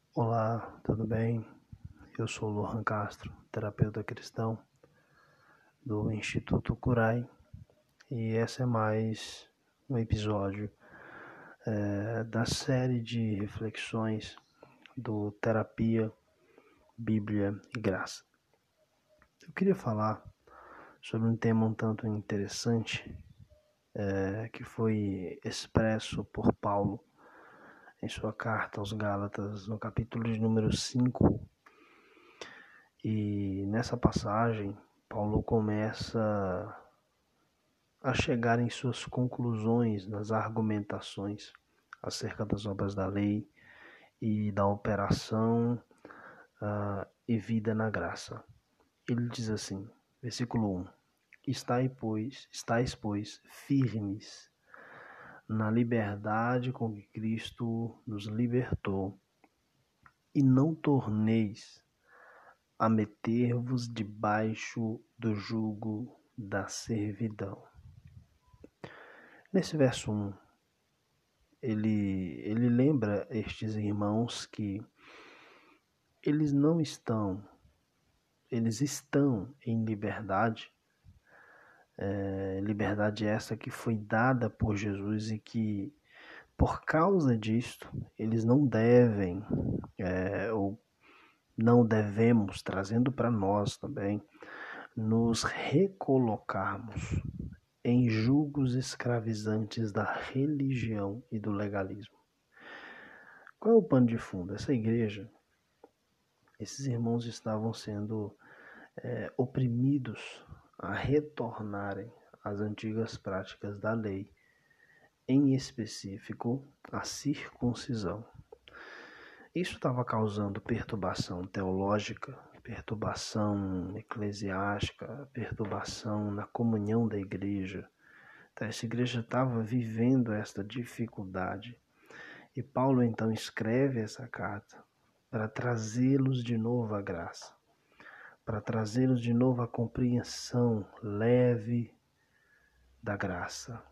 Olá, tudo bem? Eu sou Lohan Castro, terapeuta cristão do Instituto Curai, e esse é mais um episódio da série de reflexões do Terapia, Bíblia e Graça. Eu queria falar sobre um tema um tanto interessante que foi expresso por Paulo em sua carta aos Gálatas, no capítulo de número 5. E nessa passagem, Paulo começa a chegar em suas conclusões nas argumentações acerca das obras da lei e da operação e vida na graça. Ele diz assim, versículo 1: Estais, pois, firmes na liberdade com que Cristo nos libertou, e não torneis a meter-vos debaixo do jugo da servidão. Nesse verso 1, ele lembra estes irmãos que eles estão em liberdade, liberdade essa que foi dada por Jesus e que, por causa disto, eles não devem, ou não devemos, trazendo para nós também, nos recolocarmos em jugos escravizantes da religião e do legalismo. Qual é o pano de fundo? Essa igreja, esses irmãos estavam sendo oprimidos a retornarem às antigas práticas da lei, em específico a circuncisão. Isso estava causando perturbação teológica, perturbação eclesiástica, perturbação na comunhão da igreja. Então, essa igreja estava vivendo esta dificuldade. E Paulo então escreve essa carta para trazê-los de novo à graça, para trazê-los de novo à compreensão leve da graça.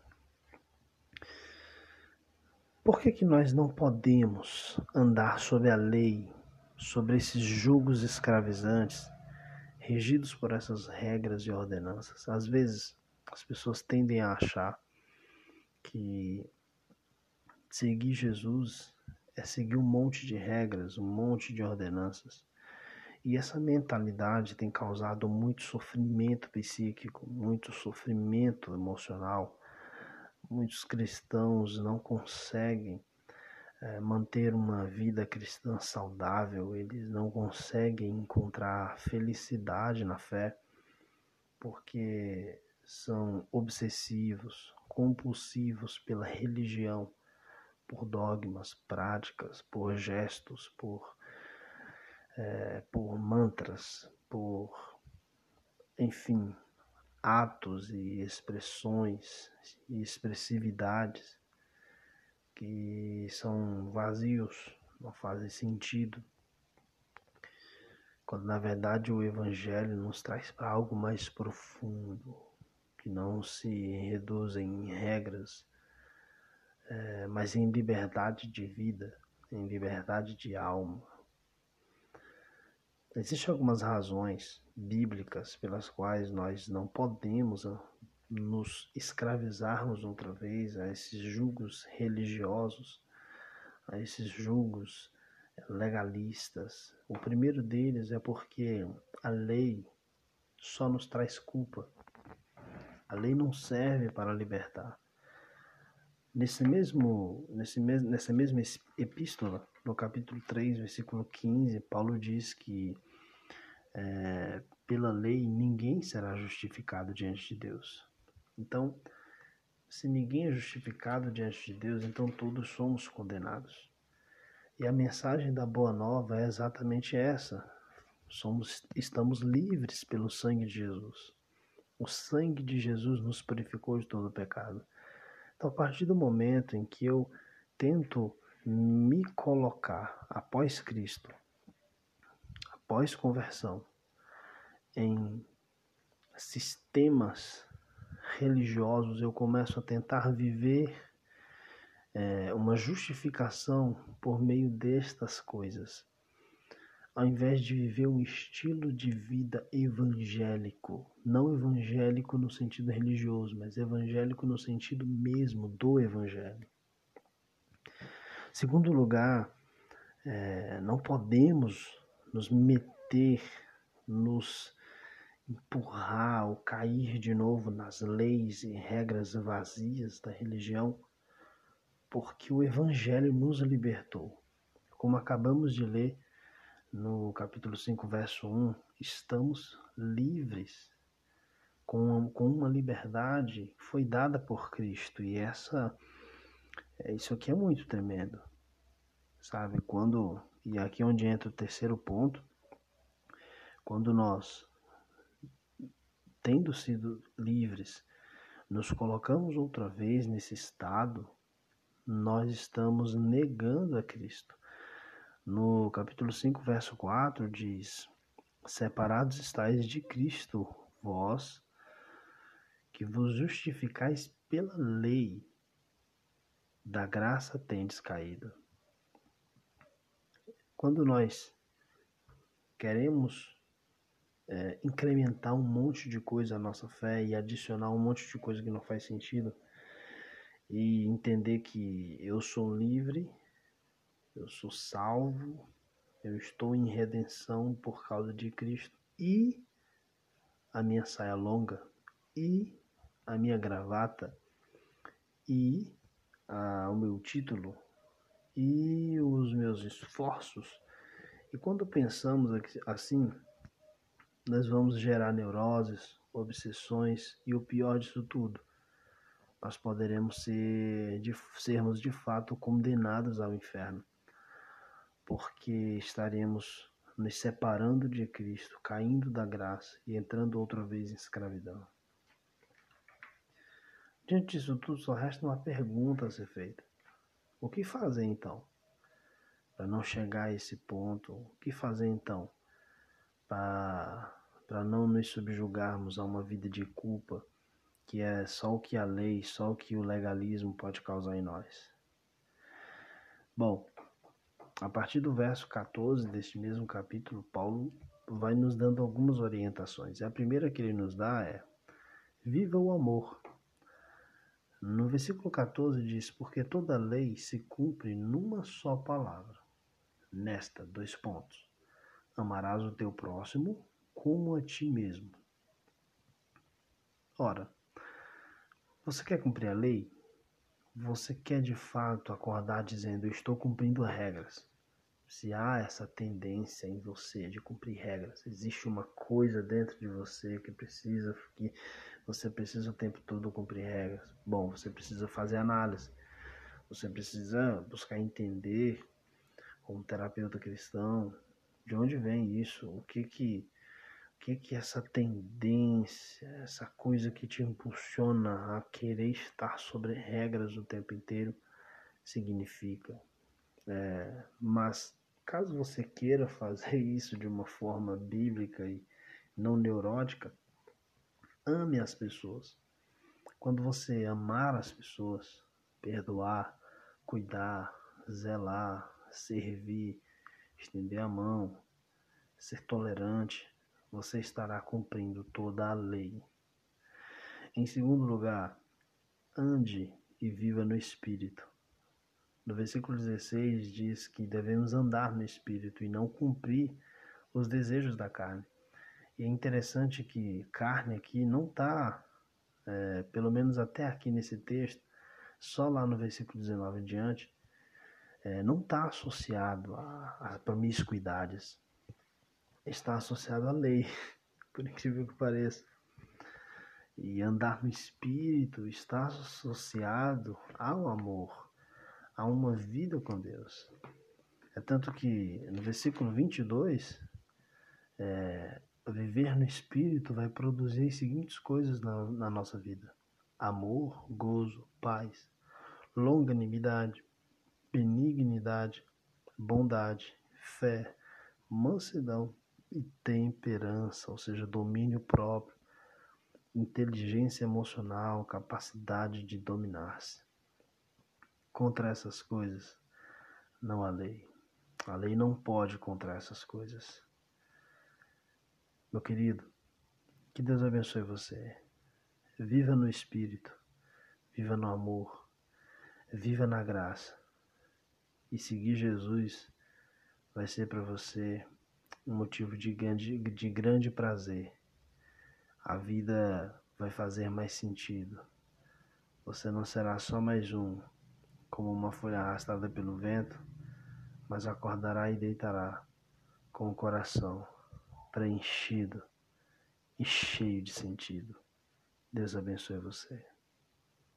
Por que nós não podemos andar sob a lei, sobre esses jugos escravizantes, regidos por essas regras e ordenanças? Às vezes, as pessoas tendem a achar que seguir Jesus é seguir um monte de regras, um monte de ordenanças. E essa mentalidade tem causado muito sofrimento psíquico, muito sofrimento emocional. Muitos cristãos não conseguem manter uma vida cristã saudável, eles não conseguem encontrar felicidade na fé, porque são obsessivos, compulsivos pela religião, por dogmas, práticas, por gestos, por mantras, enfim, atos e expressões e expressividades que são vazios, não fazem sentido, quando na verdade o Evangelho nos traz para algo mais profundo, que não se reduzem em regras, mas em liberdade de vida, em liberdade de alma. Existem algumas razões bíblicas pelas quais nós não podemos nos escravizarmos outra vez a esses julgos religiosos, a esses julgos legalistas. O primeiro deles é porque a lei só nos traz culpa. A lei não serve para libertar. Nessa mesma epístola, no capítulo 3, versículo 15, Paulo diz que pela lei ninguém será justificado diante de Deus. Então, se ninguém é justificado diante de Deus, então todos somos condenados. E a mensagem da Boa Nova é exatamente essa. Estamos livres pelo sangue de Jesus. O sangue de Jesus nos purificou de todo pecado. Então, a partir do momento em que eu tento me colocar após Cristo, após conversão, em sistemas religiosos, eu começo a tentar viver uma justificação por meio destas coisas. ao invés de viver um estilo de vida evangélico, não evangélico no sentido religioso, mas evangélico no sentido mesmo do evangelho. Segundo lugar, não podemos nos meter, nos empurrar ou cair de novo nas leis e regras vazias da religião, porque o evangelho nos libertou. Como acabamos de ler no capítulo 5, verso 1, estamos livres com uma liberdade que foi dada por Cristo. E isso aqui é muito tremendo, sabe? E aqui é onde entra o terceiro ponto, quando nós, tendo sido livres, nos colocamos outra vez nesse estado, nós estamos negando a Cristo. No capítulo 5, verso 4, diz: separados estáis de Cristo, vós que vos justificais pela lei, da graça tendes caído. Quando nós queremos incrementar um monte de coisa à nossa fé e adicionar um monte de coisa que não faz sentido, e entender que eu sou livre, eu sou salvo, eu estou em redenção por causa de Cristo, e a minha saia longa, e a minha gravata, e o meu título, e os meus esforços. E quando pensamos assim, nós vamos gerar neuroses, obsessões e o pior disso tudo, nós poderemos sermos de fato condenados ao inferno, porque estaremos nos separando de Cristo, caindo da graça e entrando outra vez em escravidão. Diante disso tudo, só resta uma pergunta a ser feita. O que fazer então para não chegar a esse ponto? O que fazer então para não nos subjugarmos a uma vida de culpa, que é só o que a lei, só o que o legalismo pode causar em nós? Bom, a partir do verso 14 deste mesmo capítulo, Paulo vai nos dando algumas orientações. A primeira que ele nos dá é: viva o amor. No versículo 14 diz: porque toda lei se cumpre numa só palavra. Nesta, : amarás o teu próximo como a ti mesmo. Ora, você quer cumprir a lei? Você quer de fato acordar dizendo: eu estou cumprindo regras? Se há essa tendência em você de cumprir regras, existe uma coisa dentro de você que você precisa o tempo todo cumprir regras. Bom, você precisa fazer análise. Você precisa buscar entender, como terapeuta cristão, de onde vem isso, o que essa tendência, essa coisa que te impulsiona a querer estar sobre regras o tempo inteiro significa. Mas caso você queira fazer isso de uma forma bíblica e não neurótica, ame as pessoas. Quando você amar as pessoas, perdoar, cuidar, zelar, servir, estender a mão, ser tolerante, você estará cumprindo toda a lei. Em segundo lugar, ande e viva no Espírito. No versículo 16 diz que devemos andar no Espírito e não cumprir os desejos da carne. E é interessante que carne aqui não está, pelo menos até aqui nesse texto, só lá no versículo 19 em diante, não está associado a promiscuidades. Está associado à lei, por incrível que pareça. E andar no Espírito está associado ao amor, a uma vida com Deus. É tanto que no versículo 22, viver no Espírito vai produzir as seguintes coisas na nossa vida: amor, gozo, paz, longanimidade, benignidade, bondade, fé, mansidão e temperança, ou seja, domínio próprio, inteligência emocional, capacidade de dominar-se. Contra essas coisas não há lei. A lei não pode contra essas coisas. Meu querido, que Deus abençoe você. Viva no Espírito, viva no amor, viva na graça. E seguir Jesus vai ser para você um motivo de grande prazer. A vida vai fazer mais sentido. Você não será só mais um, como uma folha arrastada pelo vento, mas acordará e deitará com o coração preenchido e cheio de sentido. Deus abençoe você.